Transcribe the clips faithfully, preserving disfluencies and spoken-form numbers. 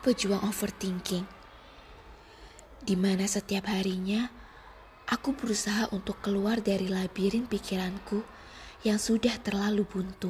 pejuang overthinking, di mana setiap harinya aku berusaha untuk keluar dari labirin pikiranku yang sudah terlalu buntu.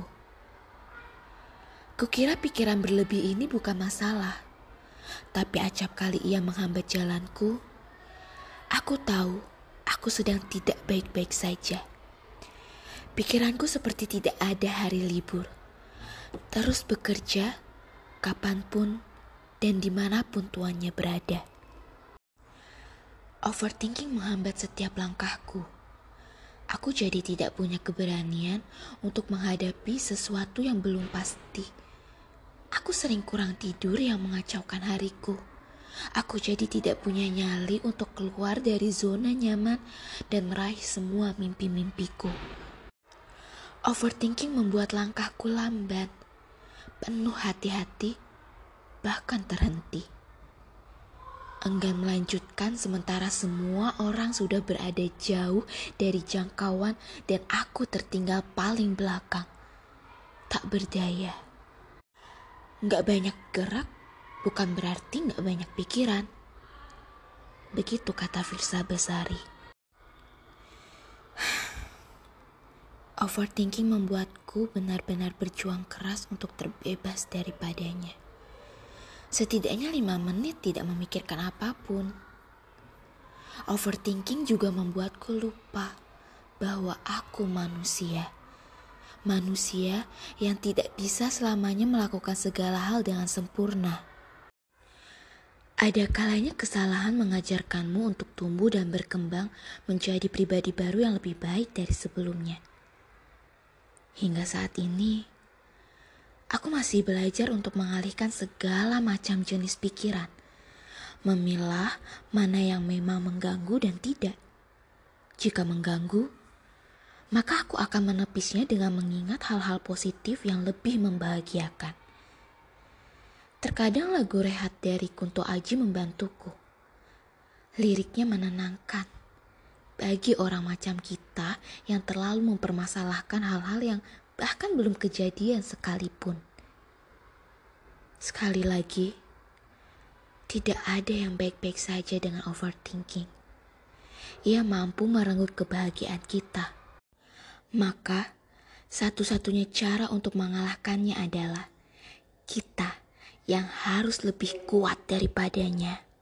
Kukira pikiran berlebih ini bukan masalah, tapi acap kali ia menghambat jalanku, aku tahu aku sedang tidak baik-baik saja. Pikiranku seperti tidak ada hari libur, terus bekerja kapanpun dan dimanapun tuannya berada. Overthinking menghambat setiap langkahku. Aku jadi tidak punya keberanian untuk menghadapi sesuatu yang belum pasti. Aku sering kurang tidur yang mengacaukan hariku. Aku jadi tidak punya nyali untuk keluar dari zona nyaman dan meraih semua mimpi-mimpiku. Overthinking membuat langkahku lambat, penuh hati-hati, bahkan terhenti. Enggan melanjutkan sementara semua orang sudah berada jauh dari jangkauan dan aku tertinggal paling belakang. Tak berdaya. Gak banyak gerak bukan berarti gak banyak pikiran. Begitu kata Firsa Besari. Overthinking membuatku benar-benar berjuang keras untuk terbebas daripadanya. Setidaknya lima menit tidak memikirkan apapun. Overthinking juga membuatku lupa bahwa aku manusia. Manusia yang tidak bisa selamanya melakukan segala hal dengan sempurna. Ada kalanya kesalahan mengajarkanmu untuk tumbuh dan berkembang menjadi pribadi baru yang lebih baik dari sebelumnya. Hingga saat ini, aku masih belajar untuk mengalihkan segala macam jenis pikiran. Memilah mana yang memang mengganggu dan tidak. Jika mengganggu, maka aku akan menepisnya dengan mengingat hal-hal positif yang lebih membahagiakan. Terkadang lagu Rehat dari Kunto Aji membantuku. Liriknya menenangkan bagi orang macam kita yang terlalu mempermasalahkan hal-hal yang bahkan belum kejadian sekalipun. Sekali lagi, tidak ada yang baik-baik saja dengan overthinking. Ia mampu merenggut kebahagiaan kita. Maka, satu-satunya cara untuk mengalahkannya adalah kita yang harus lebih kuat daripadanya.